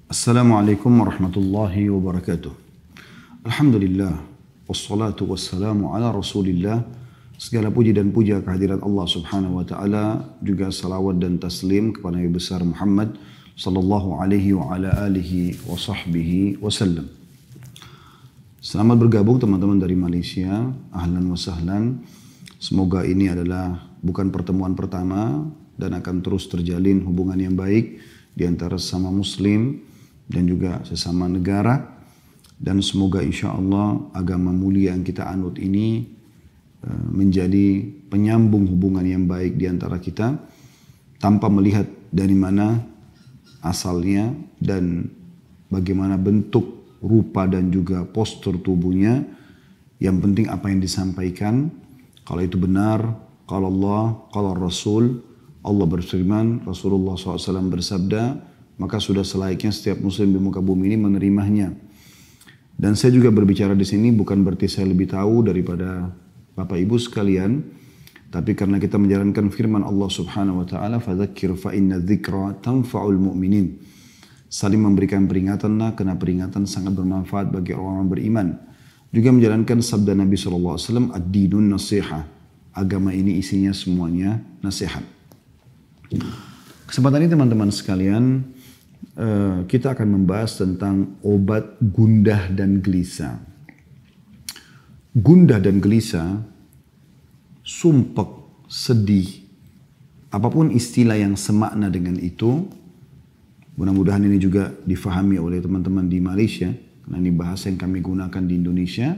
Assalamualaikum warahmatullahi wabarakatuh. Alhamdulillah, wassalatu wassalamu ala rasulillah. Segala puji dan puja kehadirat Allah subhanahu wa ta'ala. Juga salawat dan taslim kepada Nabi besar Muhammad sallallahu alaihi wa ala alihi wa sahbihi wasallam. Selamat bergabung teman-teman dari Malaysia. Ahlan wa sahlan. Semoga ini adalah bukan pertemuan pertama dan akan terus terjalin hubungan yang baik di antara sesama muslim dan juga sesama negara, dan semoga insya Allah agama mulia yang kita anut ini menjadi penyambung hubungan yang baik di antara kita tanpa melihat dari mana asalnya dan bagaimana bentuk, rupa dan juga postur tubuhnya. Yang penting apa yang disampaikan, kalau itu benar, kalau Allah, kalau Rasul, Allah berfirman, Rasulullah SAW bersabda, maka sudah selayaknya setiap muslim di muka bumi ini menerimanya. Dan saya juga berbicara di sini bukan berarti saya lebih tahu daripada Bapak Ibu sekalian, tapi karena kita menjalankan firman Allah Subhanahu wa taala, "Fadzakir fa inna dzikra tanfa'ul mu'minin." Saling memberikan peringatanlah karena peringatan sangat bermanfaat bagi orang-orang beriman. Juga menjalankan sabda Nabi sallallahu alaihi wasallam, "Ad-dinun nasiha." Agama ini isinya semuanya nasihat. Kesempatan ini teman-teman sekalian, kita akan membahas tentang obat gundah dan gelisah. Gundah dan gelisah, sumpek, sedih, apapun istilah yang semakna dengan itu, mudah-mudahan ini juga difahami oleh teman-teman di Malaysia, karena ini bahasa yang kami gunakan di Indonesia,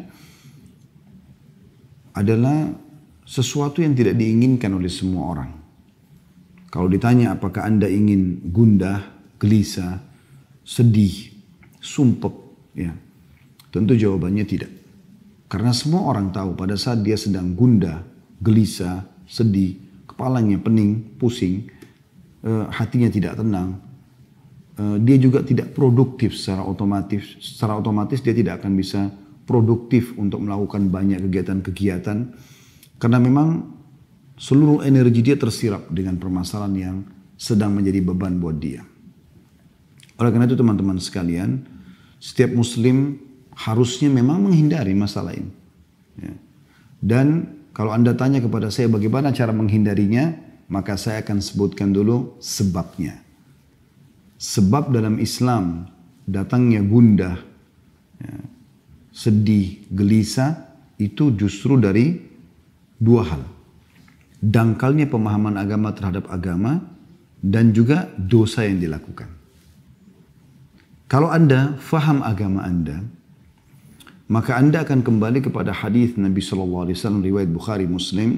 adalah sesuatu yang tidak diinginkan oleh semua orang. Kalau ditanya apakah Anda ingin gundah, gelisah, sedih, sumpek, ya, tentu jawabannya tidak. Karena semua orang tahu pada saat dia sedang gundah, gelisah, sedih, kepalanya pening, pusing, hatinya tidak tenang, dia juga tidak produktif secara otomatis. Secara otomatis dia tidak akan bisa produktif untuk melakukan banyak kegiatan-kegiatan. Karena memang seluruh energi dia tersirap dengan permasalahan yang sedang menjadi beban buat dia. Oleh karena itu teman-teman sekalian, setiap muslim harusnya memang menghindari masalah ini. Ya. Dan kalau Anda tanya kepada saya bagaimana cara menghindarinya, maka saya akan sebutkan dulu sebabnya. Sebab dalam Islam datangnya gundah, ya, sedih, gelisah itu justru dari dua hal. Dangkalnya pemahaman agama terhadap agama dan juga dosa yang dilakukan. Kalau Anda faham agama Anda, maka Anda akan kembali kepada hadis Nabi sallallahu alaihi wasallam riwayat Bukhari Muslim,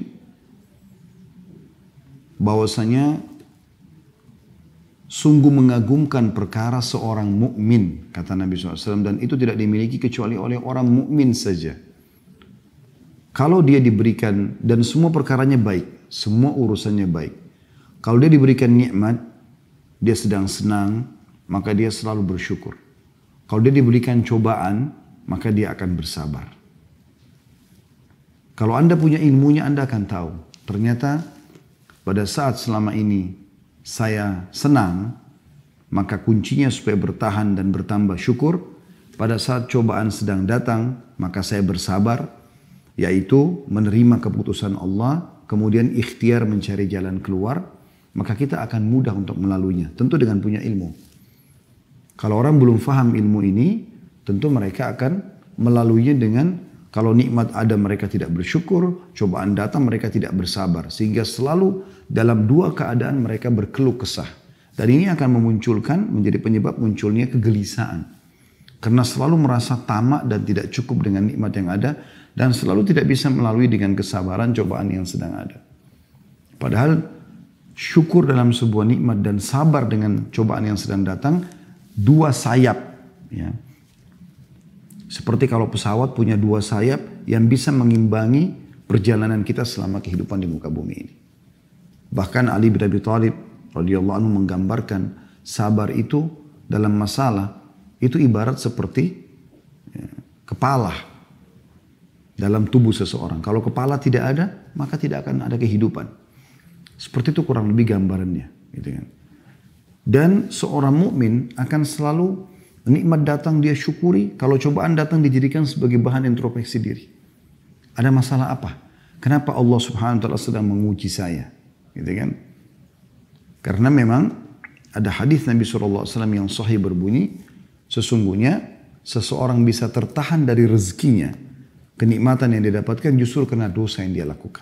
bahwasanya sungguh mengagumkan perkara seorang mukmin, kata Nabi SAW, dan itu tidak dimiliki kecuali oleh orang mukmin saja. Kalau dia diberikan, dan semua perkaranya baik, semua urusannya baik. Kalau dia diberikan nikmat, dia sedang senang, maka dia selalu bersyukur. Kalau dia diberikan cobaan, maka dia akan bersabar. Kalau Anda punya ilmunya, Anda akan tahu. Ternyata pada saat selama ini saya senang, maka kuncinya supaya bertahan dan bertambah syukur. Pada saat cobaan sedang datang, maka saya bersabar, yaitu menerima keputusan Allah, kemudian ikhtiar mencari jalan keluar, maka kita akan mudah untuk melaluinya. Tentu dengan punya ilmu. Kalau orang belum faham ilmu ini, tentu mereka akan melaluinya dengan kalau nikmat ada mereka tidak bersyukur, cobaan datang mereka tidak bersabar. Sehingga selalu dalam dua keadaan mereka berkeluh kesah. Dan ini akan memunculkan, menjadi penyebab munculnya kegelisahan. Karena selalu merasa tamak dan tidak cukup dengan nikmat yang ada. Dan selalu tidak bisa melalui dengan kesabaran cobaan yang sedang ada. Padahal syukur dalam sebuah nikmat dan sabar dengan cobaan yang sedang datang, dua sayap, ya. Seperti kalau pesawat punya dua sayap yang bisa mengimbangi perjalanan kita selama kehidupan di muka bumi ini. Bahkan Ali bin Abi Thalib radhiyallahu anhu menggambarkan sabar itu dalam masalah itu ibarat seperti, ya, kepala dalam tubuh seseorang. Kalau kepala tidak ada, maka tidak akan ada kehidupan. Seperti itu kurang lebih gambarannya, gitu kan. Dan seorang mukmin akan selalu nikmat datang dia syukuri, kalau cobaan datang dijadikan sebagai bahan introspeksi diri. Ada masalah apa? Kenapa Allah Subhanahu wa taala sedang menguji saya? Gitu kan? Karena memang ada hadis Nabi SAW yang sahih berbunyi, sesungguhnya seseorang bisa tertahan dari rezekinya, kenikmatan yang dia dapatkan justru karena dosa yang dia lakukan.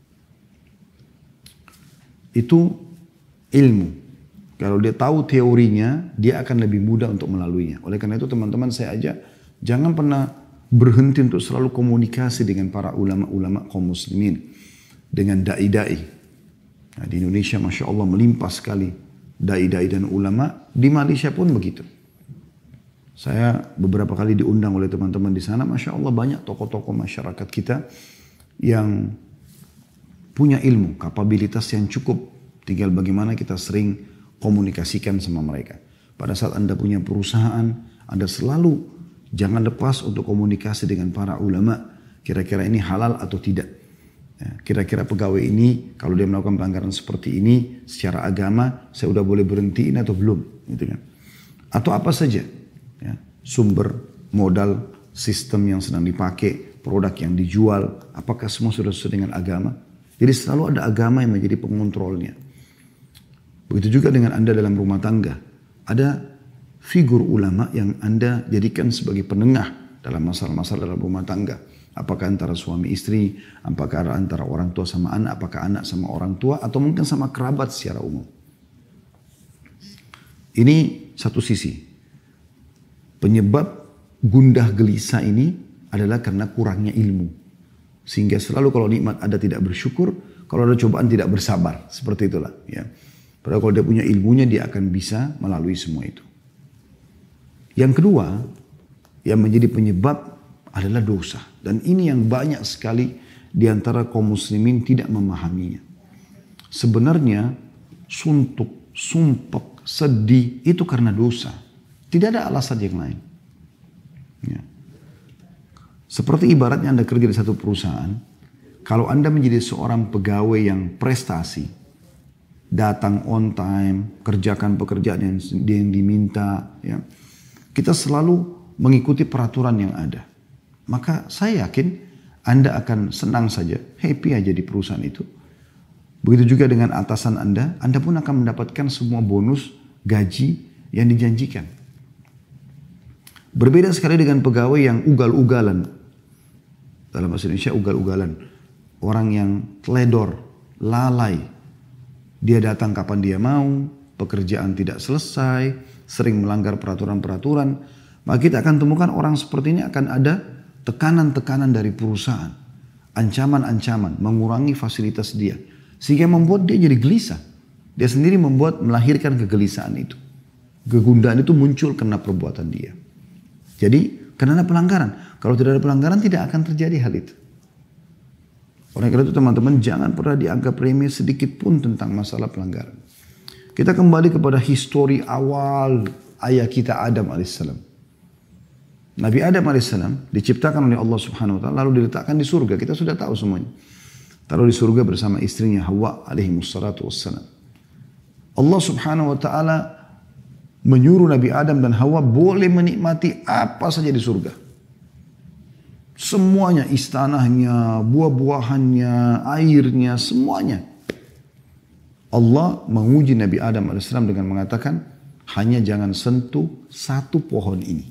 Itu ilmu. Kalau dia tahu teorinya, dia akan lebih mudah untuk melaluinya. Oleh karena itu teman-teman saya ajak, jangan pernah berhenti untuk selalu komunikasi dengan para ulama-ulama kaum muslimin. Dengan da'i-da'i. Nah, di Indonesia Masya Allah melimpah sekali da'i-da'i dan ulama. Di Malaysia pun begitu. Saya beberapa kali diundang oleh teman-teman di sana. Masya Allah banyak tokoh-tokoh masyarakat kita yang punya ilmu, kapabilitas yang cukup. Tinggal bagaimana kita sering komunikasikan sama mereka. Pada saat Anda punya perusahaan, Anda selalu jangan lepas untuk komunikasi dengan para ulama. Kira-kira ini halal atau tidak. Kira-kira pegawai ini, kalau dia melakukan pelanggaran seperti ini, secara agama, saya udah boleh berhentiin atau belum. Gitu kan. Atau apa saja. Ya, sumber, modal, sistem yang sedang dipakai, produk yang dijual, apakah semua sudah sesuai dengan agama. Jadi selalu ada agama yang menjadi pengontrolnya. Begitu juga dengan Anda dalam rumah tangga. Ada figur ulama yang Anda jadikan sebagai penengah dalam masalah-masalah dalam rumah tangga. Apakah antara suami istri, apakah antara orang tua sama anak, apakah anak sama orang tua, atau mungkin sama kerabat secara umum. Ini satu sisi. Penyebab gundah gelisah ini adalah karena kurangnya ilmu. Sehingga selalu kalau nikmat ada tidak bersyukur, kalau ada cobaan tidak bersabar. Seperti itulah. Ya. Padahal kalau dia punya ilmunya, dia akan bisa melalui semua itu. Yang kedua, yang menjadi penyebab adalah dosa. Dan ini yang banyak sekali di antara kaum muslimin tidak memahaminya. Sebenarnya suntuk, sumpek, sedih itu karena dosa. Tidak ada alasan yang lain. Ya. Seperti ibaratnya Anda kerja di satu perusahaan, kalau Anda menjadi seorang pegawai yang prestasi, datang on time, kerjakan pekerjaan yang diminta, ya. Kita selalu mengikuti peraturan yang ada. Maka saya yakin Anda akan senang saja, happy aja di perusahaan itu. Begitu juga dengan atasan Anda pun akan mendapatkan semua bonus, gaji yang dijanjikan. Berbeda sekali dengan pegawai yang ugal-ugalan. Dalam bahasa Indonesia ugal-ugalan. Orang yang teledor, lalai. Dia datang kapan dia mau, pekerjaan tidak selesai, sering melanggar peraturan-peraturan. Maka kita akan temukan orang seperti ini akan ada tekanan-tekanan dari perusahaan. Ancaman-ancaman, mengurangi fasilitas dia. Sehingga membuat dia jadi gelisah. Dia sendiri melahirkan kegelisahan itu. Kegundahan itu muncul karena perbuatan dia. Jadi karena ada pelanggaran. Kalau tidak ada pelanggaran tidak akan terjadi hal itu. Oleh karena itu teman-teman jangan pernah dianggap remeh sedikit pun tentang masalah pelanggaran. Kita kembali kepada histori awal ayah kita Adam alaihissalam. Nabi Adam alaihissalam diciptakan oleh Allah Subhanahu wa taala lalu diletakkan di surga. Kita sudah tahu semuanya. Taruh di surga bersama istrinya Hawa alaihi wassalatu wassalam. Allah Subhanahu wa taala menyuruh Nabi Adam dan Hawa boleh menikmati apa saja di surga. Semuanya, istanahnya, buah-buahannya, airnya, semuanya. Allah menguji Nabi Adam AS dengan mengatakan, hanya jangan sentuh satu pohon ini.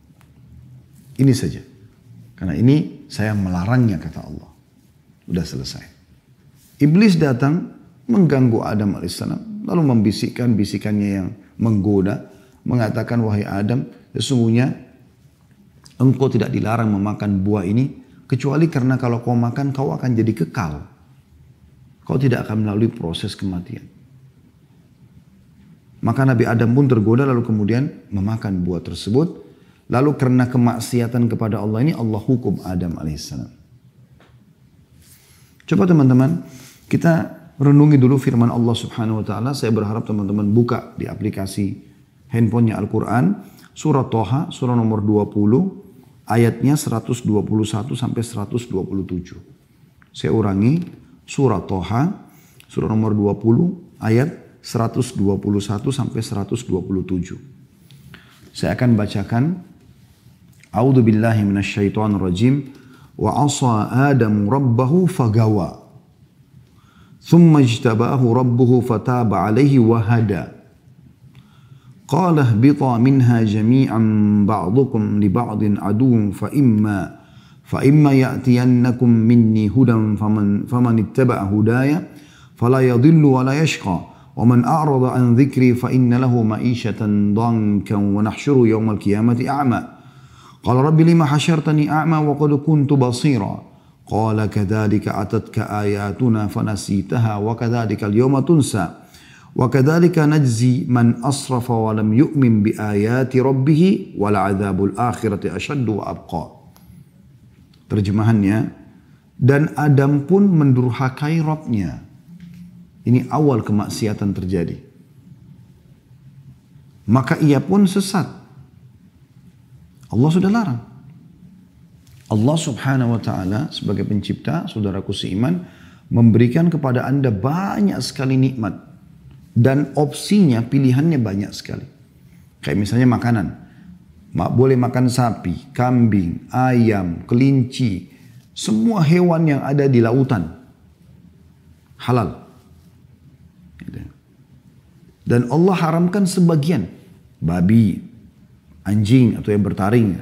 Ini saja. Karena ini saya melarangnya, kata Allah. Udah selesai. Iblis datang mengganggu Adam AS. Lalu membisikkan bisikannya yang menggoda. Mengatakan, wahai Adam, sesungguhnya engkau tidak dilarang memakan buah ini, kecuali karena kalau kau makan, kau akan jadi kekal. Kau tidak akan melalui proses kematian. Maka Nabi Adam pun tergoda lalu kemudian memakan buah tersebut. Lalu karena kemaksiatan kepada Allah ini, Allah hukum Adam alaihissalam. Coba teman-teman, kita renungi dulu firman Allah Subhanahu wa taala. Saya berharap teman-teman buka di aplikasi handphonenya Al-Quran. Surah Toha, surah nomor 20. Ayatnya 121 sampai 127. Saya ulangi, surah Toha, surah nomor 20, ayat 121 sampai 127. Saya akan bacakan. A'udzu billahi minasyaitonir rajim. Wa 'asa Adamu rabbahu fagawa. Thumma ijtabahu rabbuhu fataba 'alaihi wa hada. Qala ihbita minha jami'an ba'dukum li ba'din aduwwun fa imma ya'tiyannakum minni hudan faman ittaba'a hudaya fala yadhillu wa la yashqa. ومن أعرض عن ذكري فإن له معيشة ضنكا ونحشره يوم القيامة أعمى قال رب لما حشرتني أعمى وقد كنت بصيرا قال كذلك أتتك آياتنا فنسيتها وكذلك اليوم تنسى وكذلك نجزي من أسرف ولم يؤمن بآيات ربه ولعذاب الآخرة أشد وأبقى. Terjemahannya, dan Adam pun mendurhakai Rabbnya. Ini awal kemaksiatan terjadi. Maka ia pun sesat. Allah sudah larang. Allah subhanahu wa ta'ala sebagai pencipta, saudaraku seiman, memberikan kepada anda banyak sekali nikmat. Dan opsinya, pilihannya banyak sekali. Kayak misalnya makanan. Boleh makan sapi, kambing, ayam, kelinci. Semua hewan yang ada di lautan. Halal. Dan Allah haramkan sebagian. Babi, anjing atau yang bertaring.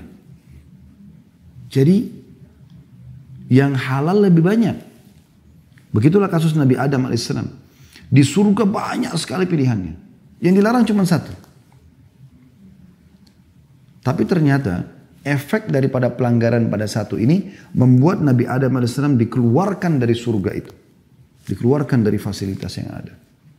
Jadi yang halal lebih banyak. Begitulah kasus Nabi Adam AS. Di surga banyak sekali pilihannya. Yang dilarang cuma satu. Tapi ternyata efek daripada pelanggaran pada satu ini membuat Nabi Adam AS dikeluarkan dari surga itu. Dikeluarkan dari fasilitas yang ada.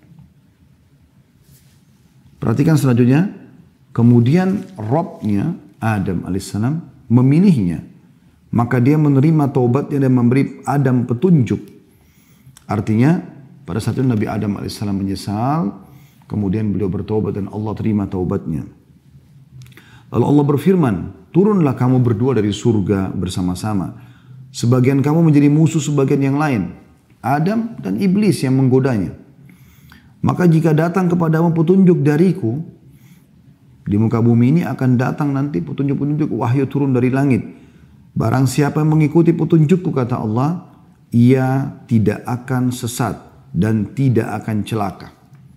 Perhatikan selanjutnya, kemudian Rabbnya Adam alaihissalam memilihnya, maka dia menerima taubatnya dan memberi Adam petunjuk. Artinya pada saat itu Nabi Adam alaihissalam menyesal, kemudian beliau bertaubat dan Allah terima taubatnya. Lalu Allah berfirman, turunlah kamu berdua dari surga bersama-sama. Sebagian kamu menjadi musuh sebagian yang lain, Adam dan iblis yang menggodanya. Maka jika datang kepadamu petunjuk dariku, di muka bumi ini akan datang nanti petunjuk-petunjuk wahyu turun dari langit. Barang siapa yang mengikuti petunjukku, kata Allah, ia tidak akan sesat dan tidak akan celaka.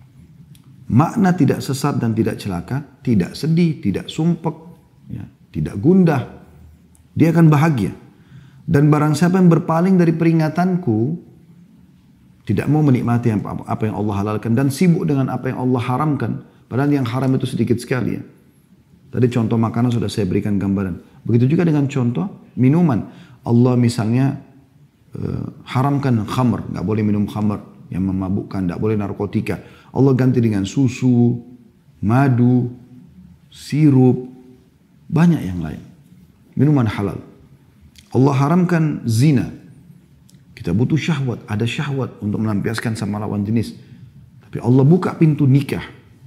Makna tidak sesat dan tidak celaka, tidak sedih, tidak sumpek, ya, tidak gundah. Dia akan bahagia. Dan barang siapa yang berpaling dari peringatanku, tidak mau menikmati apa yang Allah halalkan dan sibuk dengan apa yang Allah haramkan. Padahal yang haram itu sedikit sekali ya. Tadi contoh makanan sudah saya berikan gambaran. Begitu juga dengan contoh minuman. Allah misalnya haramkan khamr. Nggak boleh minum khamr yang memabukkan. Nggak boleh narkotika. Allah ganti dengan susu, madu, sirup. Banyak yang lain. Minuman halal. Allah haramkan zina. Kita butuh syahwat, ada syahwat untuk melampiaskan sama lawan jenis. Tapi Allah buka pintu nikah.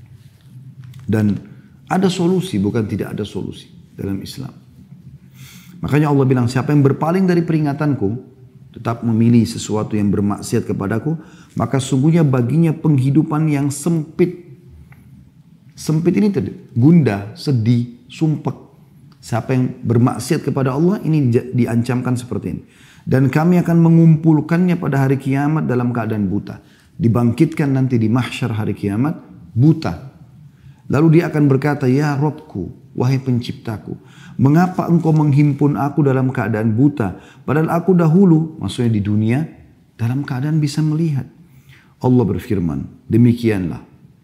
Dan ada solusi, bukan tidak ada solusi dalam Islam. Makanya Allah bilang, siapa yang berpaling dari peringatanku, tetap memilih sesuatu yang bermaksiat kepadaku, maka sungguhnya baginya penghidupan yang sempit. Sempit ini tadi, gundah, sedih, sumpek. Siapa yang bermaksiat kepada Allah, ini diancamkan seperti ini. Dan kami akan mengumpulkannya pada hari kiamat dalam keadaan buta. Dibangkitkan nanti di mahsyar hari kiamat, buta. Lalu dia akan berkata, ya Robku, wahai penciptaku, mengapa engkau menghimpun aku dalam keadaan buta? Padahal aku dahulu, maksudnya di dunia, dalam keadaan bisa melihat. Allah berfirman, demikianlah.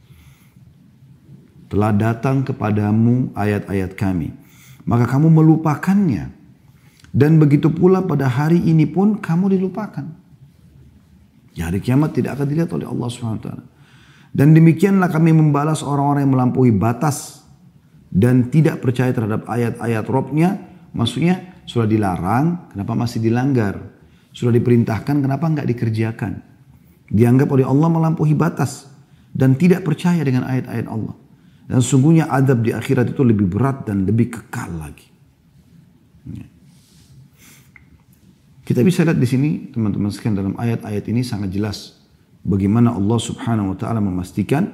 Telah datang kepadamu ayat-ayat kami. Maka kamu melupakannya. Dan begitu pula pada hari ini pun kamu dilupakan. Ya, hari kiamat tidak akan dilihat oleh Allah SWT. Dan demikianlah kami membalas orang-orang yang melampaui batas. Dan tidak percaya terhadap ayat-ayat Rabbnya. Maksudnya sudah dilarang, kenapa masih dilanggar? Sudah diperintahkan, kenapa enggak dikerjakan? Dianggap oleh Allah melampaui batas. Dan tidak percaya dengan ayat-ayat Allah. Dan sungguhnya adab di akhirat itu lebih berat dan lebih kekal lagi. Ya. Kita bisa lihat di sini teman-teman sekalian dalam ayat-ayat ini sangat jelas bagaimana Allah Subhanahu wa taala memastikan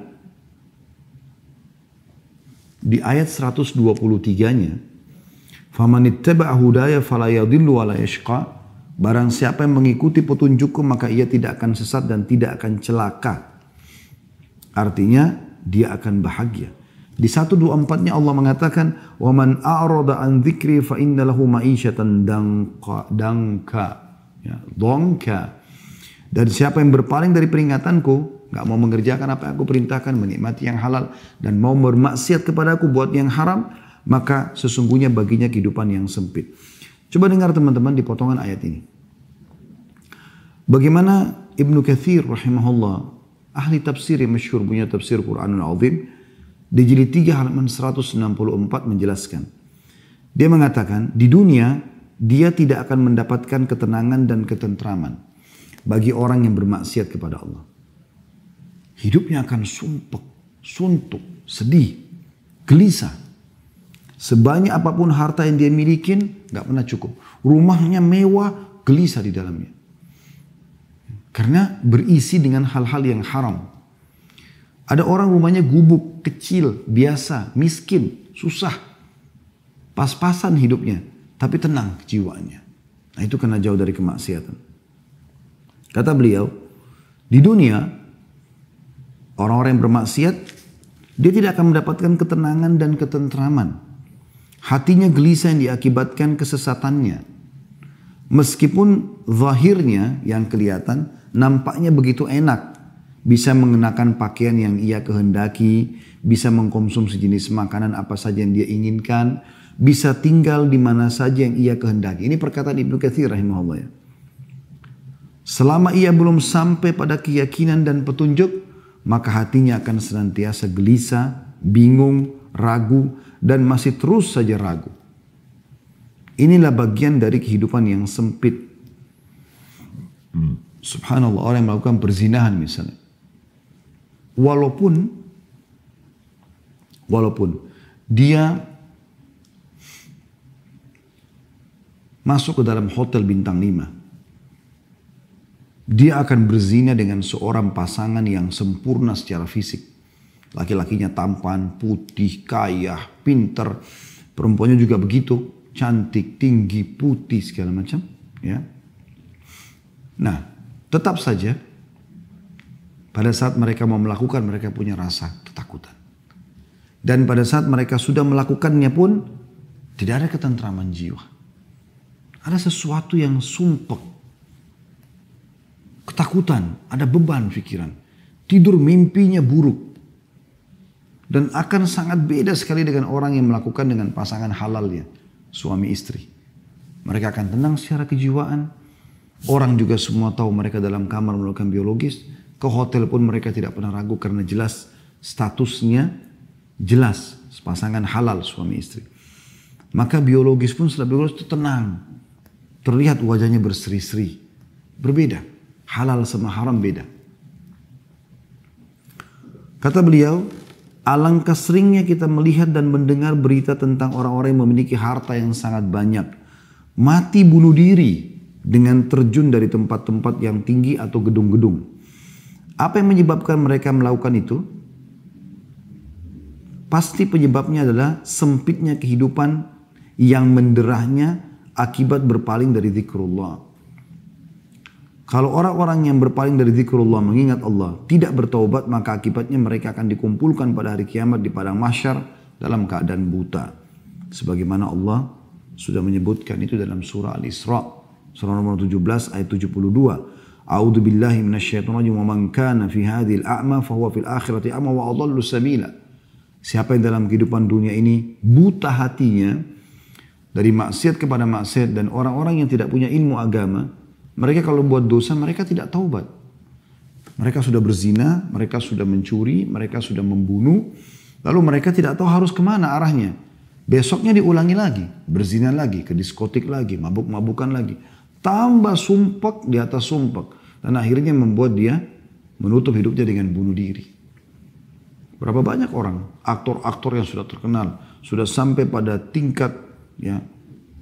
di ayat 123-nya, "Faman ittaba'a hudaya fala yadhillu wa la yashqa." Barang siapa yang mengikuti petunjukku maka ia tidak akan sesat dan tidak akan celaka. Artinya dia akan bahagia. Di 124-nya Allah mengatakan, "Wa man a'rada an dzikri fa inna lahu ma'isyatan danka." Ya, dongka. Dan siapa yang berpaling dari peringatanku, nggak mau mengerjakan apa yang aku perintahkan, menikmati yang halal dan mau bermaksiat kepadaku buat yang haram, maka sesungguhnya baginya kehidupan yang sempit. Coba dengar teman-teman di potongan ayat ini. Bagaimana Ibnu Katsir rahimahullah, ahli tafsir yang masyhur, punya tafsir Quranul Azim, di jilid 3 halaman 164 menjelaskan. Dia mengatakan, di dunia dia tidak akan mendapatkan ketenangan dan ketentraman bagi orang yang bermaksiat kepada Allah. Hidupnya akan sumpek, suntuk, sedih, gelisah. Sebanyak apapun harta yang dia milikin, gak pernah cukup. Rumahnya mewah, gelisah di dalamnya. Karena berisi dengan hal-hal yang haram. Ada orang rumahnya gubuk, kecil, biasa, miskin, susah. Pas-pasan hidupnya, tapi tenang jiwanya. Nah itu karena jauh dari kemaksiatan. Kata beliau, di dunia, orang-orang yang bermaksiat, dia tidak akan mendapatkan ketenangan dan ketentraman. Hatinya gelisah yang diakibatkan kesesatannya. Meskipun zahirnya yang kelihatan nampaknya begitu enak. Bisa mengenakan pakaian yang ia kehendaki. Bisa mengkonsumsi jenis makanan apa saja yang dia inginkan. Bisa tinggal di mana saja yang ia kehendaki. Ini perkataan Ibnu Katsir rahimahullah ya. Selama ia belum sampai pada keyakinan dan petunjuk, maka hatinya akan senantiasa gelisah, bingung, ragu, dan masih terus saja ragu. Inilah bagian dari kehidupan yang sempit. Subhanallah, orang yang melakukan perzinahan misalnya. Walaupun dia masuk ke dalam hotel bintang 5. Dia akan berzina dengan seorang pasangan yang sempurna secara fisik. Laki-lakinya tampan, putih, kaya, pinter. Perempuannya juga begitu, cantik, tinggi, putih, segala macam. Ya. Nah, tetap saja pada saat mereka mau melakukan, mereka punya rasa ketakutan. Dan pada saat mereka sudah melakukannya pun, tidak ada ketentraman jiwa. Ada sesuatu yang sumpek. Ketakutan, ada beban pikiran. Tidur mimpinya buruk. Dan akan sangat beda sekali dengan orang yang melakukan dengan pasangan halalnya, suami istri. Mereka akan tenang secara kejiwaan. Orang juga semua tahu mereka dalam kamar melakukan biologis. Ke hotel pun mereka tidak pernah ragu karena jelas statusnya, jelas pasangan halal suami istri. Maka biologis pun setelah biologis itu tenang. Terlihat wajahnya berseri-seri. Berbeda. Halal sama haram beda. Kata beliau, alangkah seringnya kita melihat dan mendengar berita tentang orang-orang yang memiliki harta yang sangat banyak. Mati bunuh diri dengan terjun dari tempat-tempat yang tinggi atau gedung-gedung. Apa yang menyebabkan mereka melakukan itu? Pasti penyebabnya adalah sempitnya kehidupan yang menderahnya akibat berpaling dari zikrullah. Kalau orang-orang yang berpaling dari zikrullah, mengingat Allah, tidak bertaubat, maka akibatnya mereka akan dikumpulkan pada hari kiamat di padang mahsyar dalam keadaan buta. Sebagaimana Allah sudah menyebutkan itu dalam surah Al-Isra, surah nomor 17 ayat 72. A'udzu billahi minasyaitonir rajim, wa man kana fi hadhil a'ma fa huwa fil akhirati a'ma wa adallu sabila. Siapa yang dalam kehidupan dunia ini buta hatinya dari maksiat kepada maksiat dan orang-orang yang tidak punya ilmu agama, mereka kalau buat dosa, mereka tidak taubat. Mereka sudah berzina, mereka sudah mencuri, mereka sudah membunuh. Lalu mereka tidak tahu harus kemana arahnya. Besoknya diulangi lagi, berzina lagi, ke diskotik lagi, mabuk-mabukan lagi. Tambah sumpek di atas sumpek. Dan akhirnya membuat dia menutup hidupnya dengan bunuh diri. Berapa banyak orang, aktor-aktor yang sudah terkenal, sudah sampai pada tingkat ya,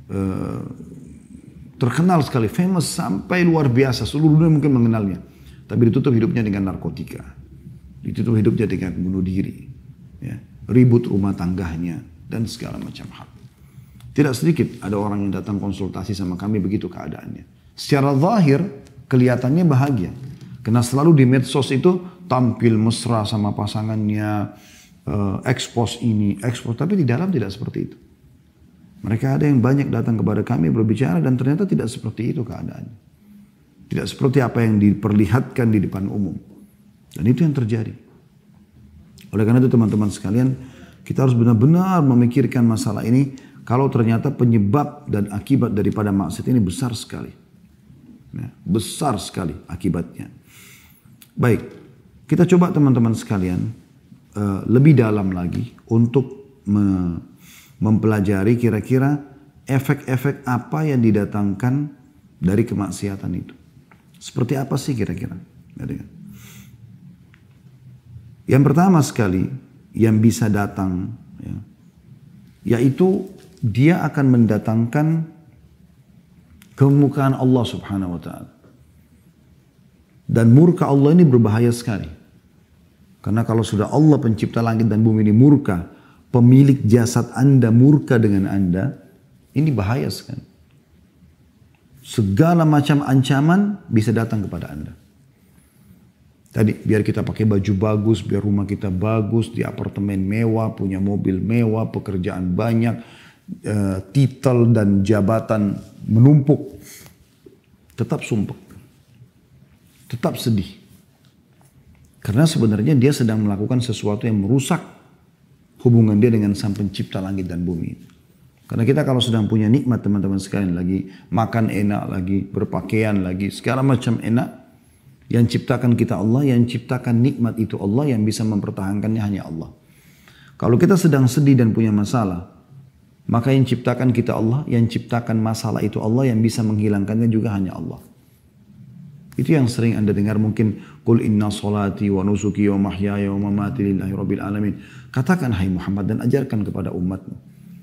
terkenal sekali, famous sampai luar biasa, seluruh dunia mungkin mengenalnya. Tapi ditutup hidupnya dengan narkotika. Ditutup hidupnya dengan bunuh diri. Ya. Ribut rumah tangganya. Dan segala macam hal. Tidak sedikit ada orang yang datang konsultasi sama kami begitu keadaannya. Secara zahir kelihatannya bahagia. Karena selalu di medsos itu tampil mesra sama pasangannya. Expose ini, expose. Tapi di dalam tidak seperti itu. Mereka ada yang banyak datang kepada kami berbicara dan ternyata tidak seperti itu keadaannya. Tidak seperti apa yang diperlihatkan di depan umum. Dan itu yang terjadi. Oleh karena itu teman-teman sekalian, kita harus benar-benar memikirkan masalah ini. Kalau ternyata penyebab dan akibat daripada maksiat ini besar sekali. Ya, besar sekali akibatnya. Baik, kita coba teman-teman sekalian lebih dalam lagi untuk mempelajari kira-kira efek-efek apa yang didatangkan dari kemaksiatan itu. Seperti apa sih kira-kira? Yang pertama sekali yang bisa datang, ya, yaitu dia akan mendatangkan kemurkaan Allah subhanahu wa ta'ala. Dan murka Allah ini berbahaya sekali. Karena kalau sudah Allah pencipta langit dan bumi ini murka, pemilik jasad Anda murka dengan Anda, ini bahaya sekali. Segala macam ancaman bisa datang kepada Anda. Tadi biar kita pakai baju bagus, biar rumah kita bagus, di apartemen mewah, punya mobil mewah, pekerjaan banyak, titel dan jabatan menumpuk. Tetap sumpah. Tetap sedih. Karena sebenarnya dia sedang melakukan sesuatu yang merusak hubungan dia dengan Sang Pencipta langit dan bumi. Karena kita kalau sedang punya nikmat teman-teman sekalian, lagi makan enak, lagi berpakaian, lagi segala macam enak, yang ciptakan kita Allah, yang ciptakan nikmat itu Allah, yang bisa mempertahankannya hanya Allah. Kalau kita sedang sedih dan punya masalah, maka yang ciptakan kita Allah, yang ciptakan masalah itu Allah, yang bisa menghilangkannya juga hanya Allah. Itu yang sering Anda dengar mungkin, Qul inna salati wa nusuki wa mahyaya wa mamati lillahi rabbil alamin. Katakan hai Muhammad dan ajarkan kepada umatmu.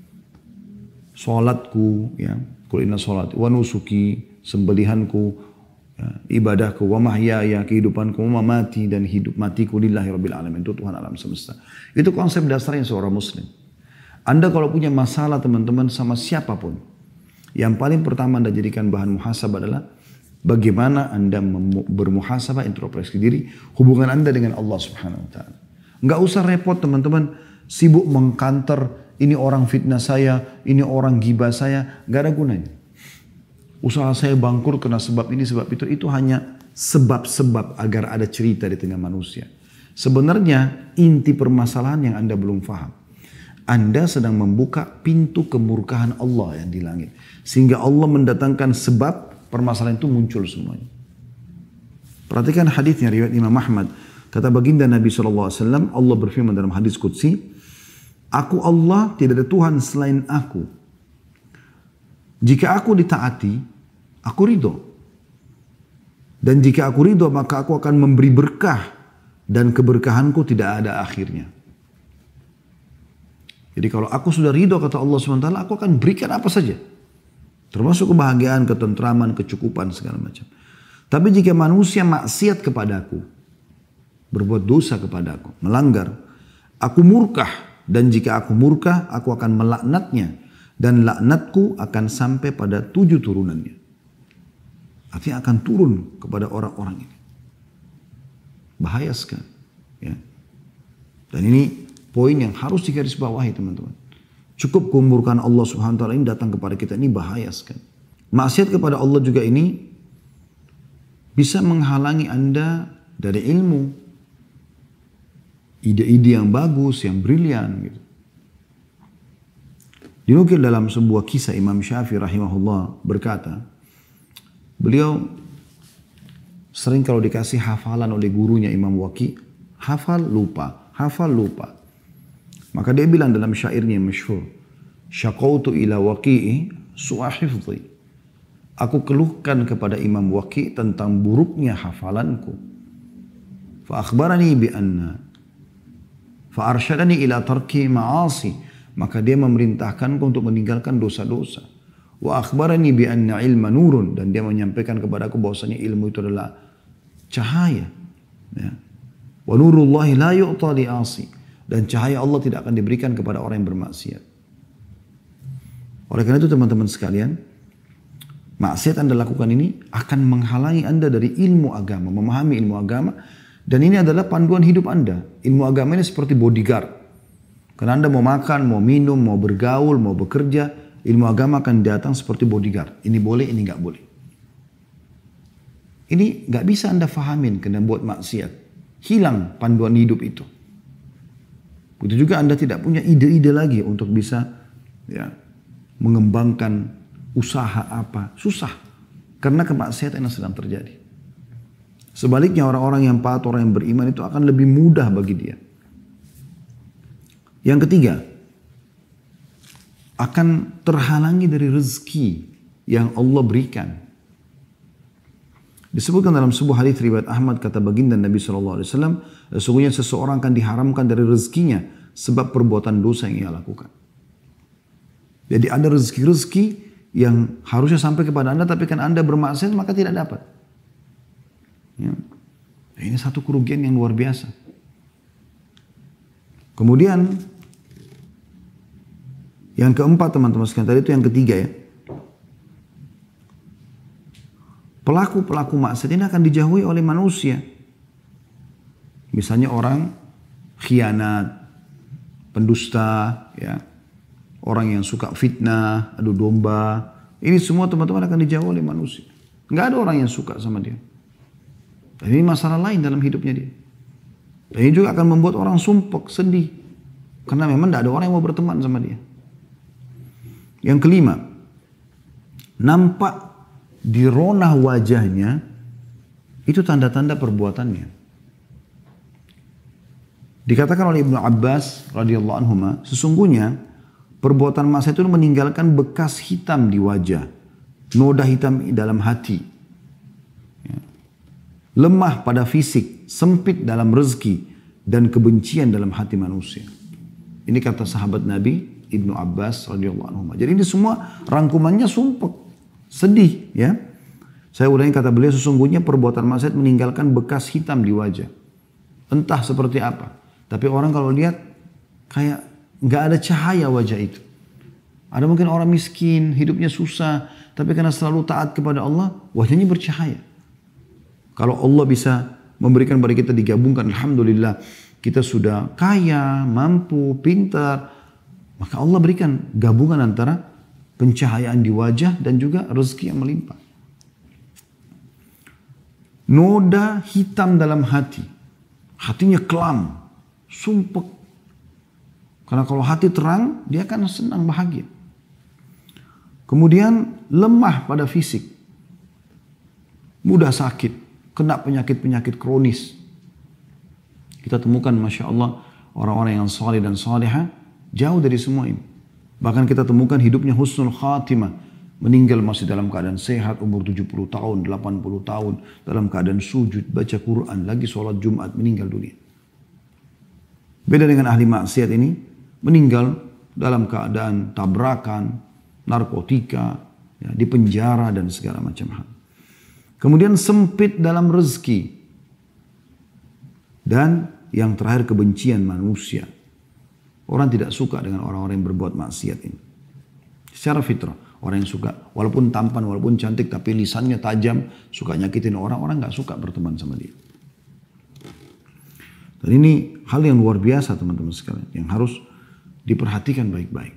Salatku, ya, Qul inna salati wa nusuki, sembelihanku, ya, ibadahku, wa mahyaya, kehidupanku, wa mamati, dan hidup matiku lillahi rabbil alamin, itu Tuhan alam semesta. Itu konsep dasarnya seorang muslim. Anda kalau punya masalah teman-teman sama siapapun, yang paling pertama Anda jadikan bahan muhasabah adalah bagaimana Anda bermuhasabah, introspeksi diri, hubungan Anda dengan Allah subhanahu wa ta'ala. Nggak usah repot teman-teman, sibuk mengkanter, ini orang fitnah saya, ini orang gibah saya, nggak ada gunanya. Usaha saya bangkrut karena sebab ini, sebab itu hanya sebab-sebab agar ada cerita di tengah manusia. Sebenarnya inti permasalahan yang Anda belum paham. Anda sedang membuka pintu kemurkaan Allah yang di langit. Sehingga Allah mendatangkan sebab permasalahan itu muncul semuanya. Perhatikan hadisnya riwayat Imam Ahmad. Kata baginda Nabi SAW, Allah berfirman dalam hadis Qudsi, Aku Allah, tidak ada Tuhan selain aku. Jika aku ditaati, aku ridho. Dan jika aku ridho, maka aku akan memberi berkah. Dan keberkahanku tidak ada akhirnya. Jadi kalau aku sudah ridho, kata Allah SWT, aku akan berikan apa saja. Termasuk kebahagiaan, ketentraman, kecukupan, segala macam. Tapi jika manusia maksiat kepadaku, berbuat dosa kepadaku, melanggar, aku murka. Dan jika aku murka, aku akan melaknatnya. Dan laknatku akan sampai pada 7 turunannya. Artinya akan turun kepada orang-orang ini. Bahaya sekali. Ya. Dan ini poin yang harus digarisbawahi teman-teman. Cukup kemurkaan Allah subhanahu wa ta'ala ini datang kepada kita, ini bahaya sekali. Maksiat kepada Allah juga ini bisa menghalangi Anda dari ilmu. Ide-ide yang bagus, yang brilian gitu. Dinukil dalam sebuah kisah Imam Syafi'i rahimahullah berkata, beliau sering kalau dikasih hafalan oleh gurunya Imam Waqi, hafal lupa, hafal lupa. Maka dia bilang dalam syairnya yang masyhur, syaqautu ila Waqi'i su'a hifdhi. Aku keluhkan kepada Imam Waqi tentang buruknya hafalanku. Fa akhbarani bi anna fa arsyadani ila tarki ma'asi. Maka dia memerintahkanku untuk meninggalkan dosa-dosa. Wa akhbarani bi anna ilma nurun, dan dia menyampaikan kepadaku bahwasanya ilmu itu adalah Cahaya. Ya. Wa nurullahi la yu'ta li'asi. Dan cahaya Allah tidak akan diberikan kepada orang yang bermaksiat. Oleh karena itu teman-teman sekalian, maksiat Anda lakukan ini akan menghalangi Anda dari ilmu agama, memahami ilmu agama. Dan ini adalah panduan hidup Anda. Ilmu agama ini seperti bodyguard. Karena Anda mau makan, mau minum, mau bergaul, mau bekerja, ilmu agama akan datang seperti bodyguard. Ini boleh, ini nggak boleh. Ini nggak bisa Anda fahamin karena buat maksiat. Hilang panduan hidup itu. Begitu juga Anda tidak punya ide-ide lagi untuk bisa mengembangkan usaha apa. Susah. Karena kemaksiatan yang sedang terjadi. Sebaliknya orang-orang yang taat, orang yang beriman itu akan lebih mudah bagi dia. Yang ketiga, akan terhalangi dari rezeki yang Allah berikan. Disebutkan dalam sebuah hadis riwayat Ahmad, kata baginda Nabi SAW, sesungguhnya seseorang akan diharamkan dari rezekinya sebab perbuatan dosa yang ia lakukan. Jadi ada rezeki-rezeki yang harusnya sampai kepada Anda, tapi kan Anda bermaksiat maka tidak dapat. Ya. Ini satu kerugian yang luar biasa. Kemudian yang keempat teman-teman sekalian, tadi itu yang ketiga ya. Pelaku-pelaku maksiat ini akan dijauhi oleh manusia. Misalnya orang khianat, pendusta, ya, orang yang suka fitnah, adu domba. Ini semua teman-teman akan dijauhi oleh manusia. Nggak ada orang yang suka sama dia. Dan ini masalah lain dalam hidupnya dia. Dan ini juga akan membuat orang sumpek, sedih. Karena memang tidak ada orang yang mau berteman sama dia. Yang kelima, nampak di ronah wajahnya itu tanda-tanda perbuatannya. Dikatakan oleh Ibnu Abbas radhiyallahu anhuma, sesungguhnya perbuatan maksiat itu meninggalkan bekas hitam di wajah, noda hitam dalam hati, lemah pada fisik, sempit dalam rezeki, dan kebencian dalam hati manusia. Ini kata sahabat Nabi Ibnu Abbas radhiyallahu anhu. Jadi ini semua rangkumannya sumpek, sedih ya. Saya ulangi kata beliau, sesungguhnya perbuatan maksiat meninggalkan bekas hitam di wajah. Entah seperti apa. Tapi orang kalau lihat kayak nggak ada cahaya wajah itu. Ada mungkin orang miskin, hidupnya susah, tapi karena selalu taat kepada Allah, wajahnya bercahaya. Kalau Allah bisa memberikan kepada kita digabungkan, alhamdulillah, kita sudah kaya, mampu, pintar, maka Allah berikan gabungan antara pencahayaan di wajah dan juga rezeki yang melimpah. Noda hitam dalam hati. Hatinya kelam, sumpek. Karena kalau hati terang, dia akan senang, bahagia. Kemudian lemah pada fisik. Mudah sakit, kena penyakit-penyakit kronis. Kita temukan Masya Allah orang-orang yang saleh dan salihah jauh dari semua ini. Bahkan kita temukan hidupnya husnul khatimah. Meninggal masih dalam keadaan sehat, umur 70 tahun, 80 tahun. Dalam keadaan sujud, baca Quran, lagi sholat Jumat, meninggal dunia. Beda dengan ahli maksiat ini, meninggal dalam keadaan tabrakan, narkotika, ya, di penjara dan segala macam hal. Kemudian sempit dalam rezeki. Dan yang terakhir kebencian manusia. Orang tidak suka dengan orang-orang yang berbuat maksiat ini. Secara fitrah, orang yang suka, walaupun tampan, walaupun cantik, tapi lisannya tajam, suka nyakitin orang, orang nggak suka berteman sama dia. Dan ini hal yang luar biasa teman-teman sekalian, yang harus diperhatikan baik-baik.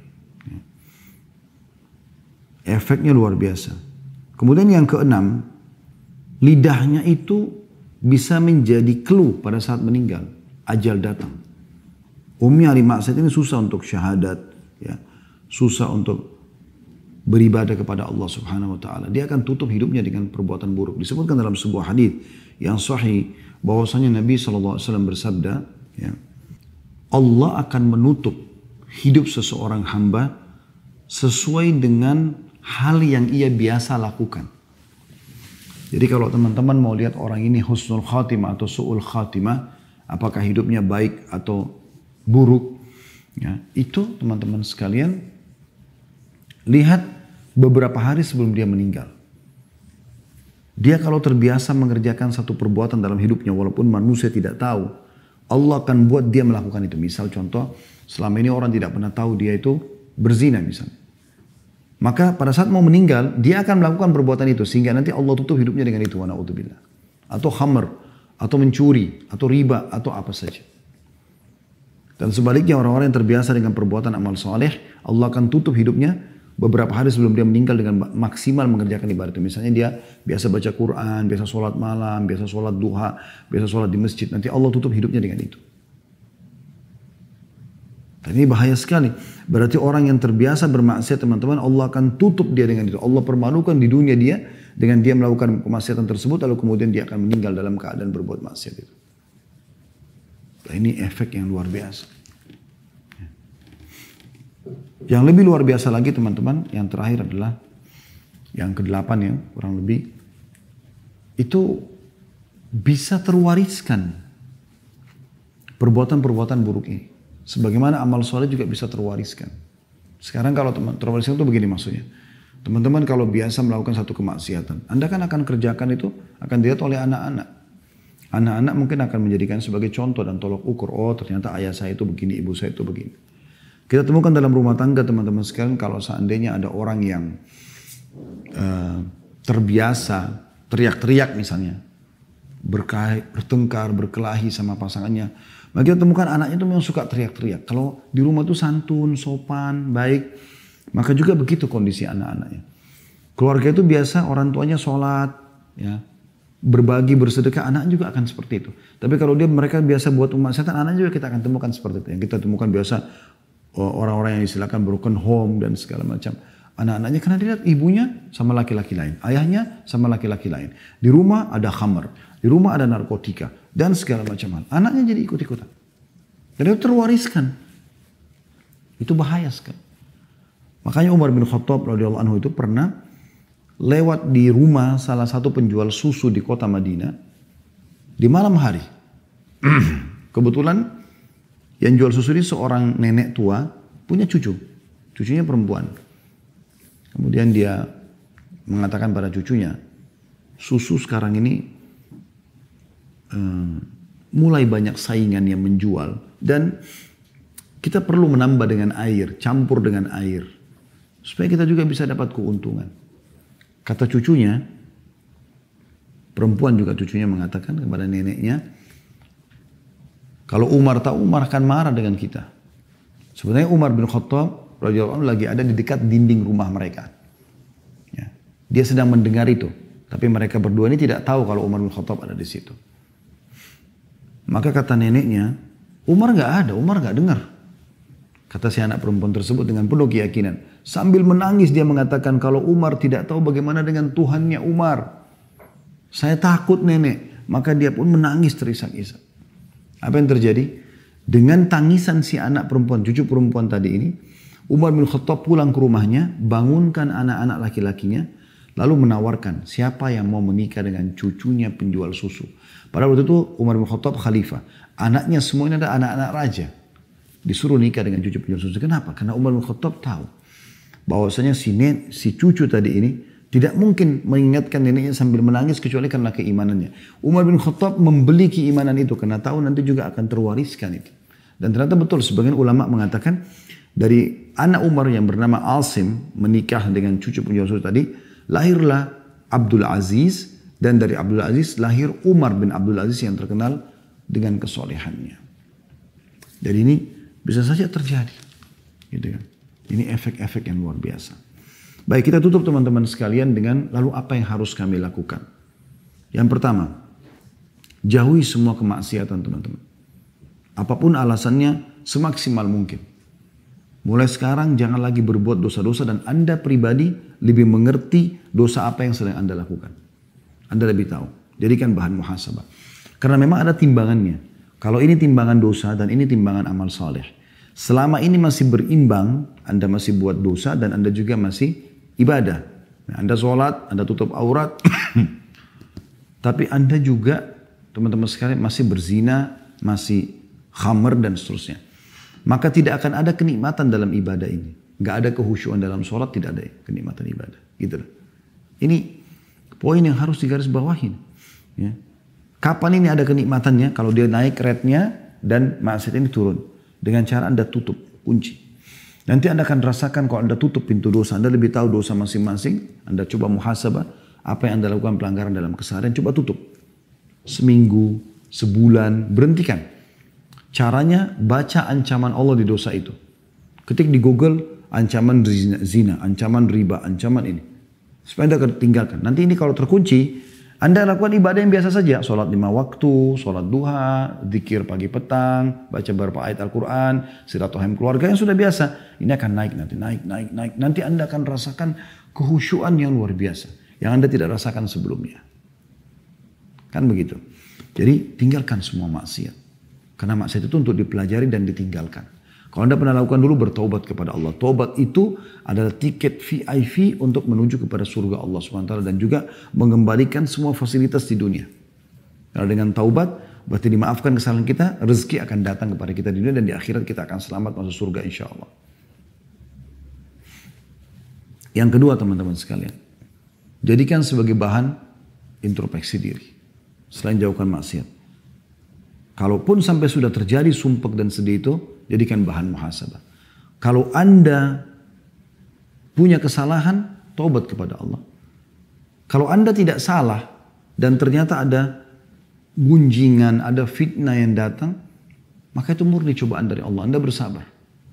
Efeknya luar biasa. Kemudian yang keenam, lidahnya itu bisa menjadi clue pada saat meninggal, ajal datang. Umumnya ahli maksiat ini susah untuk syahadat, ya, susah untuk beribadah kepada Allah Subhanahu wa taala. Dia akan tutup hidupnya dengan perbuatan buruk. Disebutkan dalam sebuah hadis yang sahih bahwasanya Nabi SAW bersabda, ya, Allah akan menutup hidup seseorang hamba sesuai dengan hal yang ia biasa lakukan. Jadi kalau teman-teman mau lihat orang ini husnul khatimah atau su'ul khatimah, apakah hidupnya baik atau buruk, ya, itu teman-teman sekalian lihat beberapa hari sebelum dia meninggal. Dia kalau terbiasa mengerjakan satu perbuatan dalam hidupnya walaupun manusia tidak tahu, Allah akan buat dia melakukan itu. Misal contoh, selama ini orang tidak pernah tahu dia itu berzina misalnya. Maka pada saat mau meninggal, dia akan melakukan perbuatan itu sehingga nanti Allah tutup hidupnya dengan itu. Wa na'udzubillah. Atau khamr, atau mencuri, atau riba, atau apa saja. Dan sebaliknya orang-orang yang terbiasa dengan perbuatan amal soleh, Allah akan tutup hidupnya beberapa hari sebelum dia meninggal dengan maksimal mengerjakan ibadah itu. Misalnya dia biasa baca Quran, biasa sholat malam, biasa sholat duha, biasa sholat di masjid. Nanti Allah tutup hidupnya dengan itu. Dan ini bahaya sekali. Berarti orang yang terbiasa bermaksiat teman-teman, Allah akan tutup dia dengan itu. Allah permalukan di dunia dia dengan dia melakukan kemaksiatan tersebut, lalu kemudian dia akan meninggal dalam keadaan berbuat maksiat itu. Dan ini efek yang luar biasa. Yang lebih luar biasa lagi teman-teman, yang terakhir adalah yang ke-8 ya, kurang lebih. Itu bisa terwariskan perbuatan-perbuatan buruk ini. Sebagaimana amal soleh juga bisa terwariskan. Sekarang kalau terwariskan itu begini maksudnya. Teman-teman kalau biasa melakukan satu kemaksiatan, Anda kan akan kerjakan itu, akan dilihat oleh anak-anak. Anak-anak mungkin akan menjadikan sebagai contoh dan tolok ukur. Oh ternyata ayah saya itu begini, ibu saya itu begini. Kita temukan dalam rumah tangga teman-teman sekalian kalau seandainya ada orang yang terbiasa teriak-teriak misalnya, bertengkar, berkelahi sama pasangannya, maka kita temukan anaknya itu memang suka teriak-teriak. Kalau di rumah itu santun, sopan, baik, maka juga begitu kondisi anak-anaknya. Keluarga itu biasa orang tuanya sholat, ya, berbagi, bersedekah, anak juga akan seperti itu. Tapi kalau mereka biasa buat kemaksiatan, anak juga kita akan temukan seperti itu. Yang kita temukan biasa orang-orang yang istilahkan broken home dan segala macam. Anak-anaknya karena dilihat ibunya sama laki-laki lain. Ayahnya sama laki-laki lain. Di rumah ada khamr. Di rumah ada narkotika. Dan segala macam hal. Anaknya jadi ikut-ikutan. Dan itu terwariskan. Itu bahaya sekali. Makanya Umar bin Khattab radhiyallahu anhu itu pernah lewat di rumah salah satu penjual susu di kota Madinah. Di malam hari. Kebetulan yang jual susu ini seorang nenek tua, punya cucu. Cucunya perempuan. Kemudian dia mengatakan pada cucunya, susu sekarang ini mulai banyak saingan yang menjual. Dan kita perlu menambah dengan air, campur dengan air. Supaya kita juga bisa dapat keuntungan. Kata cucunya, perempuan juga cucunya mengatakan kepada neneknya, kalau Umar tahu, Umar akan marah dengan kita. Sebenarnya Umar bin Khattab radhiyallahu anhu lagi ada di dekat dinding rumah mereka. Ya. Dia sedang mendengar itu. Tapi mereka berdua ini tidak tahu kalau Umar bin Khattab ada di situ. Maka kata neneknya, Umar nggak ada, Umar nggak dengar. Kata si anak perempuan tersebut dengan penuh keyakinan. Sambil menangis dia mengatakan, kalau Umar tidak tahu bagaimana dengan Tuhannya Umar. Saya takut nenek. Maka dia pun menangis terisak-isak. Apa yang terjadi? Dengan tangisan si anak perempuan, cucu perempuan tadi ini, Umar bin Khattab pulang ke rumahnya, bangunkan anak-anak laki-lakinya, lalu menawarkan siapa yang mau menikah dengan cucunya penjual susu. Pada waktu itu Umar bin Khattab khalifah. Anaknya semua ini ada anak-anak raja. Disuruh nikah dengan cucu penjual susu. Kenapa? Karena Umar bin Khattab tahu bahwasanya si cucu tadi ini tidak mungkin mengingatkan neneknya sambil menangis kecuali karena keimanannya. Umar bin Khattab membeli keimanan itu karena tahu nanti juga akan terwariskan itu. Dan ternyata betul sebagian ulama mengatakan dari anak Umar yang bernama Asim menikah dengan cucu penjual susu tadi, lahirlah Abdul Aziz dan dari Abdul Aziz lahir Umar bin Abdul Aziz yang terkenal dengan kesolehannya. Jadi ini bisa saja terjadi. Gitu kan. Ini efek-efek yang luar biasa. Baik, kita tutup teman-teman sekalian dengan lalu apa yang harus kami lakukan. Yang pertama, jauhi semua kemaksiatan teman-teman. Apapun alasannya semaksimal mungkin. Mulai sekarang jangan lagi berbuat dosa-dosa dan Anda pribadi lebih mengerti dosa apa yang sedang Anda lakukan. Anda lebih tahu. Jadikan bahan muhasabah. Karena memang ada timbangannya. Kalau ini timbangan dosa dan ini timbangan amal saleh. Selama ini masih berimbang, Anda masih buat dosa dan Anda juga masih ibadah. Anda sholat, Anda tutup aurat. Tapi Anda juga, teman-teman sekalian, masih berzina, masih khamr dan seterusnya. Maka tidak akan ada kenikmatan dalam ibadah ini. Gak ada kehusyuan dalam sholat, tidak ada kenikmatan ibadah. Gitu loh. Ini poin yang harus digarisbawahin. Ya. Kapan ini ada kenikmatannya? Kalau dia naik rate-nya dan maksiat ini turun. Dengan cara Anda tutup, kunci. Nanti Anda akan rasakan kalau Anda tutup pintu dosa. Anda lebih tahu dosa masing-masing. Anda coba muhasabah. Apa yang Anda lakukan pelanggaran dalam keseharian. Coba tutup. Seminggu, sebulan, berhentikan. Caranya baca ancaman Allah di dosa itu. Ketik di Google ancaman zina, ancaman riba, ancaman ini. Supaya Anda tinggalkan. Nanti ini kalau terkunci, Anda lakukan ibadah yang biasa saja. Sholat 5 waktu, sholat duha, zikir pagi petang, baca beberapa ayat Al-Quran, silaturahim keluarga yang sudah biasa. Ini akan naik nanti, naik. Nanti Anda akan rasakan kehusyuan yang luar biasa. Yang Anda tidak rasakan sebelumnya. Kan begitu. Jadi tinggalkan semua maksiat. Karena maksiat itu untuk dipelajari dan ditinggalkan. Kalau Anda pernah lakukan dulu, bertaubat kepada Allah. Taubat itu adalah tiket VIP untuk menuju kepada surga Allah SWT. Dan juga mengembalikan semua fasilitas di dunia. Karena dengan taubat, berarti dimaafkan kesalahan kita, rezeki akan datang kepada kita di dunia. Dan di akhirat kita akan selamat masuk surga insya Allah. Yang kedua teman-teman sekalian. Jadikan sebagai bahan introspeksi diri. Selain jauhkan maksiat. Kalaupun sampai sudah terjadi sumpek dan sedih itu, jadikan bahan muhasabah. Kalau Anda punya kesalahan, taubat kepada Allah. Kalau Anda tidak salah dan ternyata ada gunjingan, ada fitnah yang datang, maka itu murni cobaan dari Allah. Anda bersabar.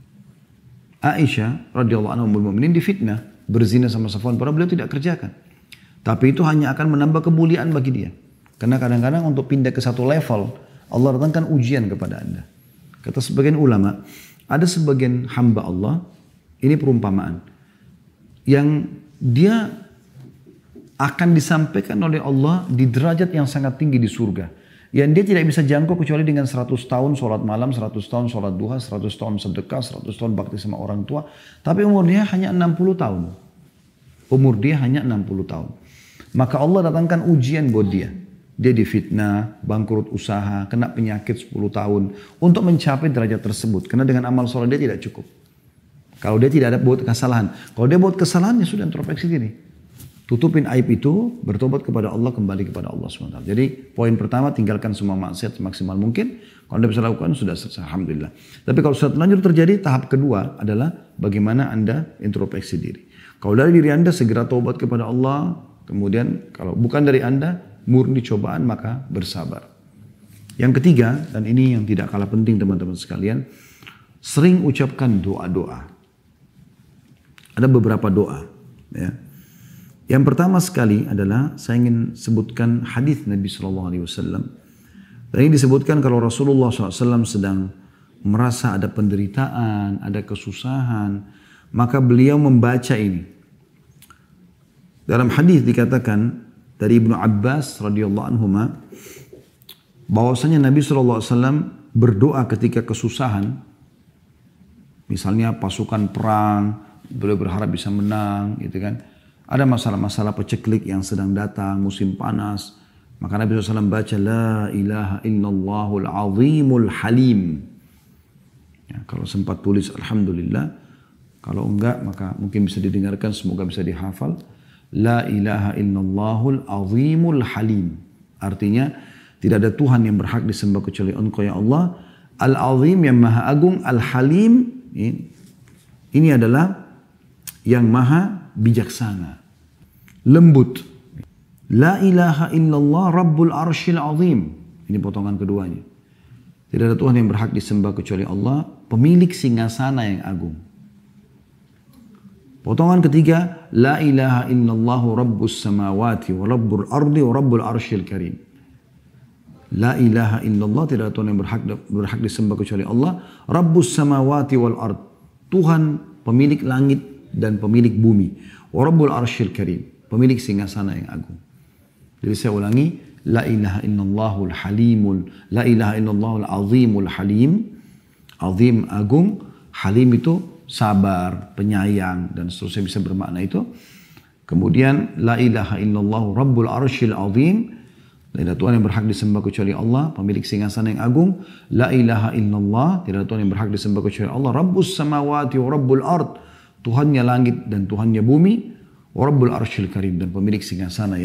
Aisyah radhiyallahu anha ummul mukminin difitnah berzina sama Safwan, padahal beliau tidak kerjakan. Tapi itu hanya akan menambah kemuliaan bagi dia. Karena kadang-kadang untuk pindah ke satu level, Allah datangkan ujian kepada Anda. Kata sebagian ulama, ada sebagian hamba Allah, ini perumpamaan, yang dia akan disampaikan oleh Allah di derajat yang sangat tinggi di surga. Yang dia tidak bisa jangkau kecuali dengan 100 tahun sholat malam, 100 tahun sholat duha, 100 tahun sedekah, 100 tahun bakti sama orang tua. Tapi umur dia hanya 60 tahun. Umur dia hanya 60 tahun. Maka Allah datangkan ujian buat dia. Dia difitnah, bangkrut usaha, kena penyakit 10 tahun. Untuk mencapai derajat tersebut. Karena dengan amal sholat dia tidak cukup. Kalau dia tidak ada buat kesalahan. Kalau dia buat kesalahan, ya sudah introspeksi diri. Tutupin aib itu, bertobat kepada Allah, kembali kepada Allah SWT. Jadi poin pertama, tinggalkan semua maksiat semaksimal mungkin. Kalau Anda bisa lakukan, sudah selesai. Alhamdulillah. Tapi kalau sudah terlanjur terjadi, tahap kedua adalah bagaimana Anda introspeksi diri. Kalau dari diri Anda, segera taubat kepada Allah. Kemudian kalau bukan dari Anda, murni cobaan, maka bersabar. Yang ketiga, dan ini yang tidak kalah penting teman-teman sekalian, sering ucapkan doa-doa. Ada beberapa doa. Ya. Yang pertama sekali adalah saya ingin sebutkan hadis Nabi SAW. Dan ini disebutkan kalau Rasulullah SAW sedang merasa ada penderitaan, ada kesusahan, maka beliau membaca ini. Dalam hadis dikatakan dari Ibnu Abbas radhiyallahu anhuma bahwasanya Nabi SAW berdoa ketika kesusahan, misalnya pasukan perang, beliau berharap bisa menang, gitu kan. Ada masalah-masalah peceklik yang sedang datang, musim panas, maka Nabi SAW baca La ilaha illallahul azimul halim. Ya, kalau sempat tulis Alhamdulillah, kalau enggak maka mungkin bisa didengarkan, semoga bisa dihafal. La ilaha illallahul azimul halim. Artinya tidak ada Tuhan yang berhak disembah kecuali Engkau ya Allah. Al-azim yang maha agung, al-halim ini adalah yang maha bijaksana, lembut. La ilaha illallah rabbul arshil azim. Ini potongan keduanya. Tidak ada Tuhan yang berhak disembah kecuali Allah, pemilik singgasana yang agung. Potongan ketiga, la ilaha illallah rabbus samawati wa rabbul ardi wa rabbul arshil karim. La ilaha illallah, tidak ada Tuhan yang berhak disembah kecuali Allah, rabbus samawati wal ard. Tuhan pemilik langit dan pemilik bumi. Wa rabbul arshil karim, pemilik singgasana yang agung. Jadi saya ulangi, la ilaha illallahul halimul, la ilaha illallahul azimul halim. Azim agung, halim itu sabar, penyayang, dan seterusnya bisa bermakna itu. Kemudian la ilaha illallah rabbul arshil azim. Tidak ada Tuhan yang berhak disembah kecuali Allah, pemilik singgasana yang agung. La ilaha illallah, tidak ada Tuhan yang berhak disembah kecuali Allah. Rabbus samawati wa rabbul ard, Tuhannya langit dan Tuhannya bumi. Wa rabbul arshil karim, dan pemilik singgasana yang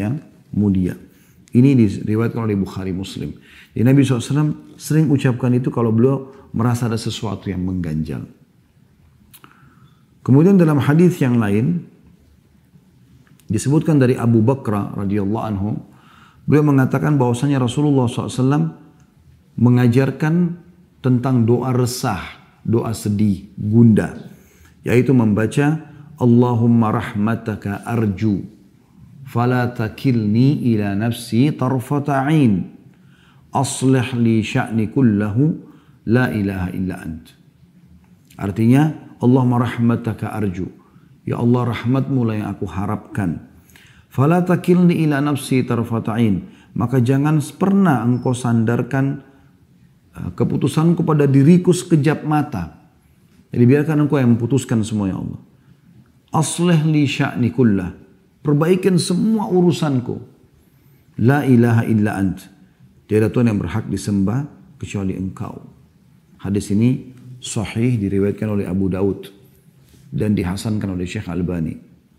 mulia. Ini diriwayatkan oleh Bukhari Muslim. Jadi Nabi SAW sering ucapkan itu kalau beliau merasa ada sesuatu yang mengganjal. Kemudian dalam hadis yang lain disebutkan dari Abu Bakar radhiyallahu anhu, beliau mengatakan bahwasanya Rasulullah SAW mengajarkan tentang doa resah, doa sedih, gundah, yaitu membaca Allahumma rahmataka arju fala takilni ila nafsi tarfata ain aslih li sya'ni kullahu la ilaha illa ant. Artinya, Allahumma rahmataka arju. Ya Allah, rahmatmu lah yang aku harapkan. Fala takilni ila nafsi tarfata ain. Maka jangan pernah engkau sandarkan keputusanku pada diriku sekejap mata. Jadi biarkan engkau yang memutuskan semua ya Allah. Aslih li sya'ni kullah. Perbaikan semua urusanku. La ilaha illa ant. Tiada Tuhan yang berhak disembah kecuali engkau. Hadis ini sahih diriwayatkan oleh Abu Daud dan dihasankan oleh Syekh Albani.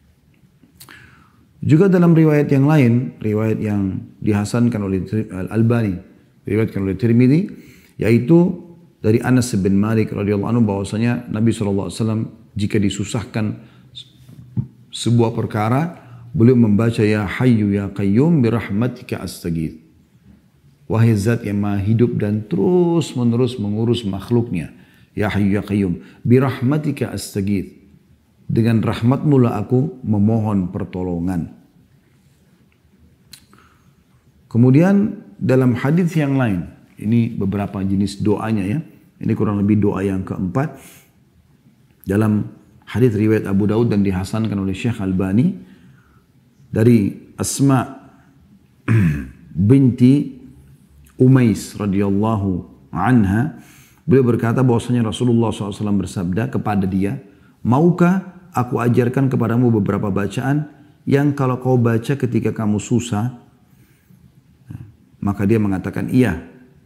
Juga dalam riwayat yang lain, riwayat yang dihasankan oleh Albani, diriwayatkan oleh Tirmidzi, yaitu dari Anas bin Malik radhiyallahu anhu bahwasanya Nabi SAW jika disusahkan sebuah perkara, beliau membaca ya Hayyu ya Qayyum birahmatika astaghits. Wahai zat yang maha hidup dan terus menerus mengurus makhluknya. Ya Hayyu ya Qayyum. Birahmatika astaghits. Dengan rahmatmu lah aku memohon pertolongan. Kemudian dalam hadis yang lain. Ini beberapa jenis doanya ya. Ini kurang lebih doa yang keempat. Dalam hadis riwayat Abu Daud dan dihasankan oleh Syekh Albani. Dari Asma binti Umais radhiyallahu anha, beliau berkata bahwasanya Rasulullah SAW bersabda kepada dia, maukah aku ajarkan kepadamu beberapa bacaan yang kalau kau baca ketika kamu susah? Maka dia mengatakan iya.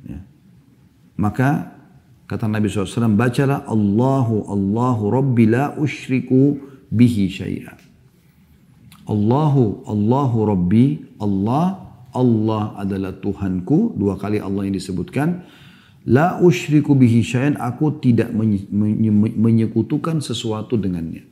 Maka kata Nabi SAW, bacalah Allahu Rabbi la usyriku bihi syai'a. Allahu Rabbi, Allah adalah Tuhanku, dua kali Allah yang disebutkan. La usyriku bihi syai'an, aku tidak menyekutukan sesuatu dengannya.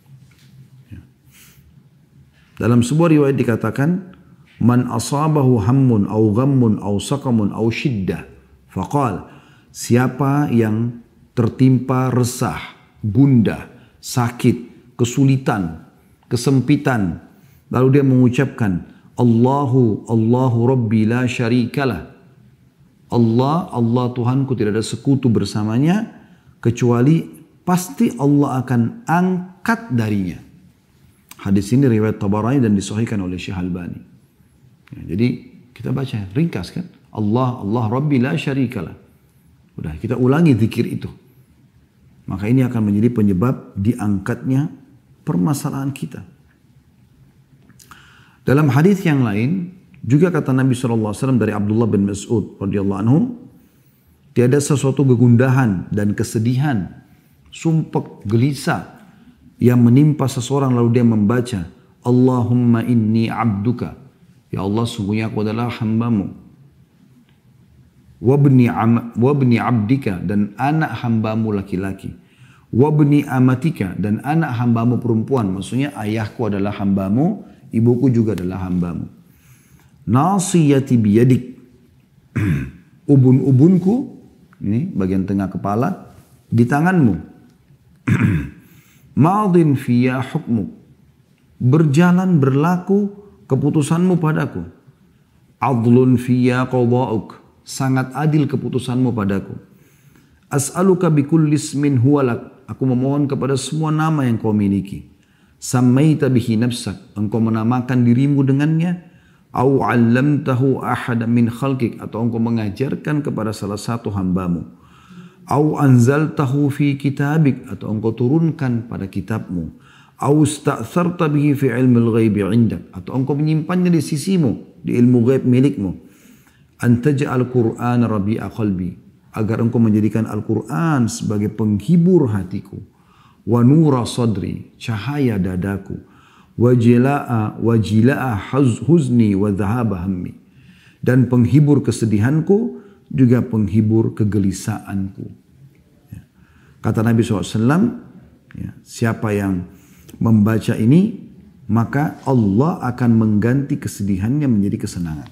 Dalam sebuah riwayat dikatakan, man asabahu hammun au ghammun au saqamun au shiddah, faqal, siapa yang tertimpa resah, gundah, sakit, kesulitan, kesempitan, lalu dia mengucapkan Allahu Rabbi la syarikalah. Allah Tuhanku, tidak ada sekutu bersamanya, kecuali pasti Allah akan angkat darinya. Hadis ini riwayat Tabarani dan disahihkan oleh Syekh Albani. Ya, jadi kita baca ringkas kan. Allah Rabbi la syarikalah. Udah kita ulangi zikir itu. Maka ini akan menjadi penyebab diangkatnya permasalahan kita. Dalam hadis yang lain juga kata Nabi SAW dari Abdullah bin Mas'ud radhiyallahu anhu, tiada sesuatu kegundahan dan kesedihan, sumpek, gelisah yang menimpa seseorang lalu dia membaca Allahumma inni abduka, ya Allah sungguhnya aku adalah hambamu, wabni abdika, dan anak hambamu laki-laki, wabni amatika, dan anak hambamu perempuan, maksudnya ayahku adalah hambamu, ibuku juga adalah hambamu. Nasiyati biyadik. Ubun-ubunku, ini bagian tengah kepala, di tanganmu. Madin fiyya hukmuk. Berjalan berlaku keputusanmu padaku. Adlun fiyya qada'uk. Sangat adil keputusanmu padaku. As'aluka bikulli ismin huwalak. Aku memohon kepada semua nama yang kau miliki. Sammaita bihi nafsak, engkau menamakan dirimu dengannya, au 'allamtahu ahadan min khalqik, atau engkau mengajarkan kepada salah satu hambamu, au anzaltahu fi kitabik, atau engkau turunkan pada kitabmu, au sta'tharta bihi fi ilmil ghaibi 'indak, atau engkau menyimpannya di sisimu, di ilmu ghaib milikmu, an taj'al Qur'ana rabi'a qalbi, agar engkau menjadikan Al-Qur'an sebagai penghibur hatiku, wa nura sadri, cahaya dadaku, Wajila'a huzni wa dhahaba hammi. Dan penghibur kesedihanku, juga penghibur kegelisahanku. Ya. Kata Nabi SAW, ya, siapa yang membaca ini, maka Allah akan mengganti kesedihannya menjadi kesenangan.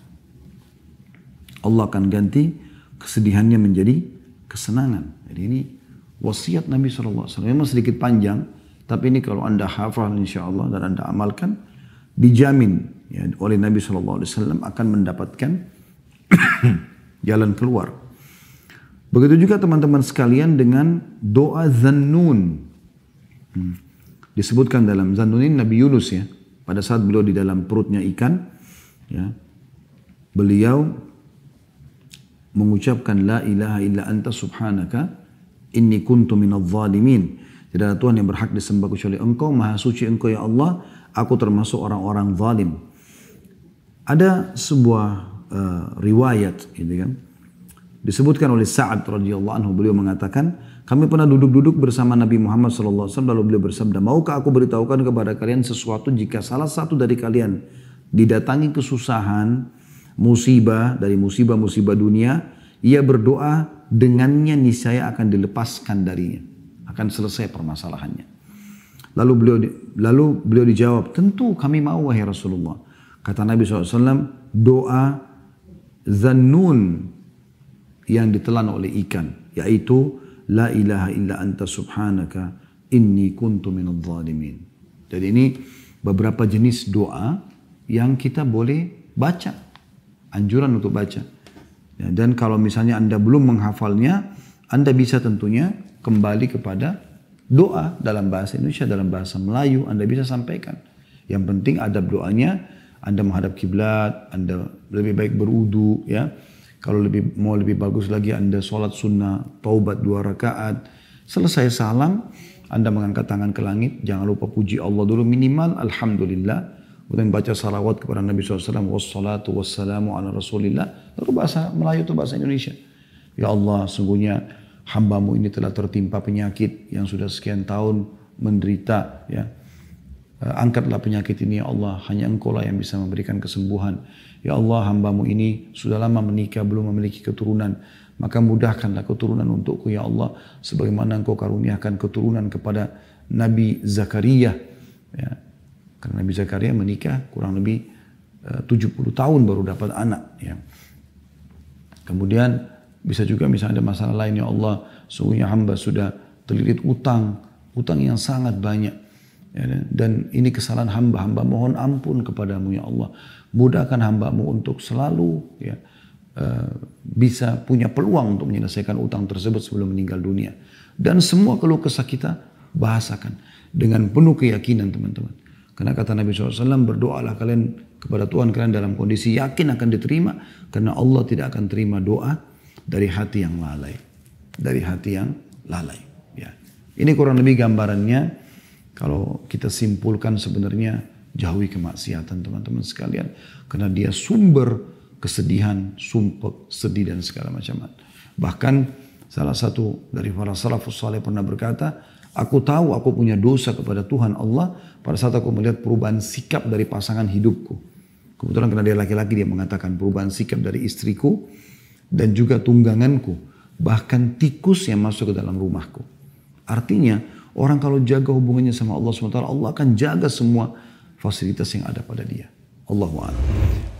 Allah akan ganti kesedihannya menjadi kesenangan. Jadi ini wasiat Nabi SAW. Memang sedikit panjang, tapi ini kalau anda hafal insya Allah dan anda amalkan, dijamin ya, oleh Nabi SAW akan mendapatkan jalan keluar. Begitu juga teman-teman sekalian dengan doa Zannun. Disebutkan dalam Zannun ini Nabi Yunus ya. Pada saat beliau di dalam perutnya ikan, ya, beliau mengucapkan la ilaha illa anta subhanaka inni kuntu minadh dhalimin. Tidak ada Tuhan yang berhak disembah kecuali Engkau, Maha Suci Engkau ya Allah, aku termasuk orang-orang zalim. Ada sebuah riwayat gitu kan. Disebutkan oleh Sa'ad radhiyallahu anhu, beliau mengatakan, kami pernah duduk-duduk bersama Nabi Muhammad sallallahu alaihi wasallam, lalu beliau bersabda, maukah aku beritahukan kepada kalian sesuatu jika salah satu dari kalian didatangi kesusahan, musibah dari musibah-musibah dunia, ia berdoa dengannya niscaya akan dilepaskan darinya, akan selesai permasalahannya. Lalu beliau dijawab, tentu kami mau wahai Rasulullah. Kata Nabi SAW, doa Zannun yang ditelan oleh ikan, yaitu la ilaha illa anta subhanaka inni kuntu minadh dhalimin. Jadi ini beberapa jenis doa yang kita boleh baca, anjuran untuk baca. Ya, dan kalau misalnya anda belum menghafalnya, anda bisa tentunya kembali kepada doa dalam bahasa Indonesia, dalam bahasa Melayu, anda bisa sampaikan. Yang penting adab doanya, anda menghadap kiblat, anda lebih baik berudu, ya. Kalau mau lebih bagus lagi, anda sholat sunnah, taubat 2 rakaat. Selesai salam, anda mengangkat tangan ke langit, jangan lupa puji Allah dulu minimal, alhamdulillah. Kemudian baca salawat kepada Nabi SAW, wassalatu wassalamu ala rasulillah. Lalu bahasa Melayu itu bahasa Indonesia. Ya Allah, sungguhnya hambamu ini telah tertimpa penyakit yang sudah sekian tahun menderita. Ya. Angkatlah penyakit ini ya Allah, hanya Engkau lah yang bisa memberikan kesembuhan. Ya Allah, hambamu ini sudah lama menikah, belum memiliki keturunan. Maka mudahkanlah keturunan untukku ya Allah. Sebagaimana Engkau karuniakan keturunan kepada Nabi Zakaria. Ya. Karena Nabi Zakaria menikah kurang lebih 70 tahun baru dapat anak. Ya. Kemudian bisa juga misalnya ada masalah lain, ya Allah, sungguhnya hamba sudah terlilit utang yang sangat banyak. Ya, dan ini kesalahan hamba mohon ampun kepadamu ya Allah. Mudahkan hambamu untuk selalu ya, bisa punya peluang untuk menyelesaikan utang tersebut sebelum meninggal dunia. Dan semua keluh kesah kita bahasakan dengan penuh keyakinan teman-teman. Karena kata Nabi SAW, berdoalah kalian kepada Tuhan kalian dalam kondisi yakin akan diterima. Karena Allah tidak akan terima doa dari hati yang lalai. Dari hati yang lalai. Ya. Ini kurang lebih gambarannya. Kalau kita simpulkan sebenarnya jauhi kemaksiatan teman-teman sekalian. Karena dia sumber kesedihan, sumpah, sedih dan segala macam. Bahkan salah satu dari para salafus saleh pernah berkata, aku tahu aku punya dosa kepada Tuhan Allah pada saat aku melihat perubahan sikap dari pasangan hidupku. Kebetulan karena dia laki-laki, dia mengatakan perubahan sikap dari istriku dan juga tungganganku. Bahkan tikus yang masuk ke dalam rumahku. Artinya orang kalau jaga hubungannya sama Allah SWT, Allah akan jaga semua fasilitas yang ada pada dia. Allahu a'lam.